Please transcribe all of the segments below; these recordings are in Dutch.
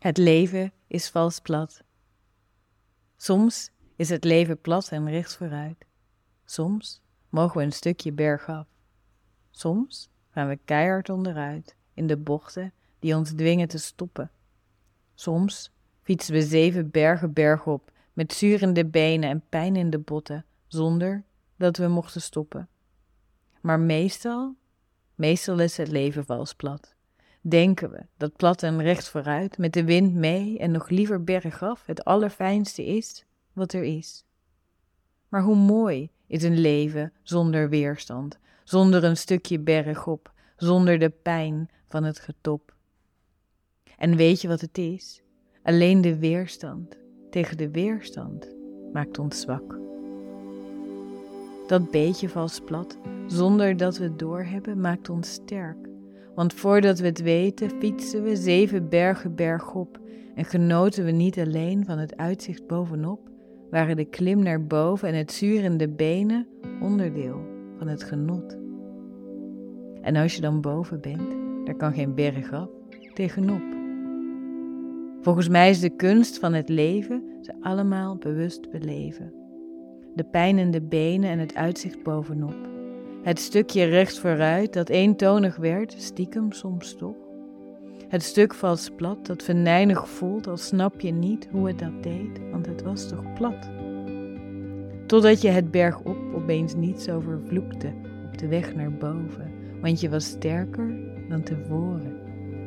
Het leven is vals plat. Soms is het leven plat en rechts vooruit. Soms mogen we een stukje bergaf. Soms gaan we keihard onderuit in de bochten die ons dwingen te stoppen. Soms fietsen we 7 bergen bergop met zuur in de benen en pijn in de botten, zonder dat we mochten stoppen. Maar meestal is het leven vals plat. Denken we dat plat en recht vooruit, met de wind mee en nog liever bergaf, het allerfijnste is wat er is. Maar hoe mooi is een leven zonder weerstand, zonder een stukje bergop, zonder de pijn van het getop. En weet je wat het is? Alleen de weerstand tegen de weerstand maakt ons zwak. Dat beetje vals plat, zonder dat we het doorhebben, maakt ons sterk. Want voordat we het weten, fietsen we 7 bergen bergop en genoten we niet alleen van het uitzicht bovenop, waren de klim naar boven en het zuur in de benen onderdeel van het genot. En als je dan boven bent, daar kan geen berg af tegenop. Volgens mij is de kunst van het leven ze allemaal bewust beleven. De pijn in de benen en het uitzicht bovenop. Het stukje rechts vooruit dat eentonig werd, stiekem soms toch. Het stuk vals plat dat venijnig voelt, al snap je niet hoe het dat deed, want het was toch plat. Totdat je het bergop opeens niet zo vervloekte op de weg naar boven, want je was sterker dan tevoren.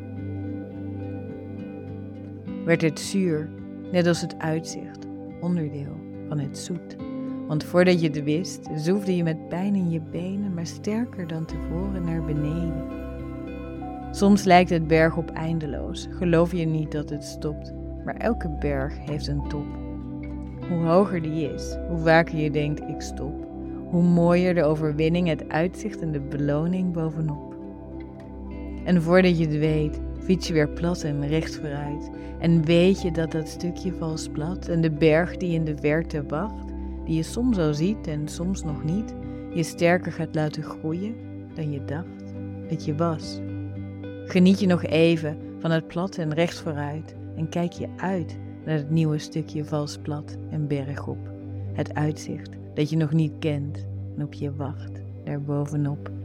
Werd het zuur, net als het uitzicht, onderdeel van het zoet. Want voordat je het wist, zoefde je met pijn in je benen, maar sterker dan tevoren naar beneden. Soms lijkt het bergop eindeloos, geloof je niet dat het stopt, maar elke berg heeft een top. Hoe hoger die is, hoe vaker je denkt ik stop, hoe mooier de overwinning, het uitzicht en de beloning bovenop. En voordat je het weet, fiets je weer plat en recht vooruit. En weet je dat dat stukje vals plat en de berg die in de verte wacht, die je soms al ziet en soms nog niet, je sterker gaat laten groeien dan je dacht dat je was. Geniet je nog even van het plat en recht vooruit en kijk je uit naar het nieuwe stukje vals plat en bergop. Het uitzicht dat je nog niet kent en op je wacht daar bovenop.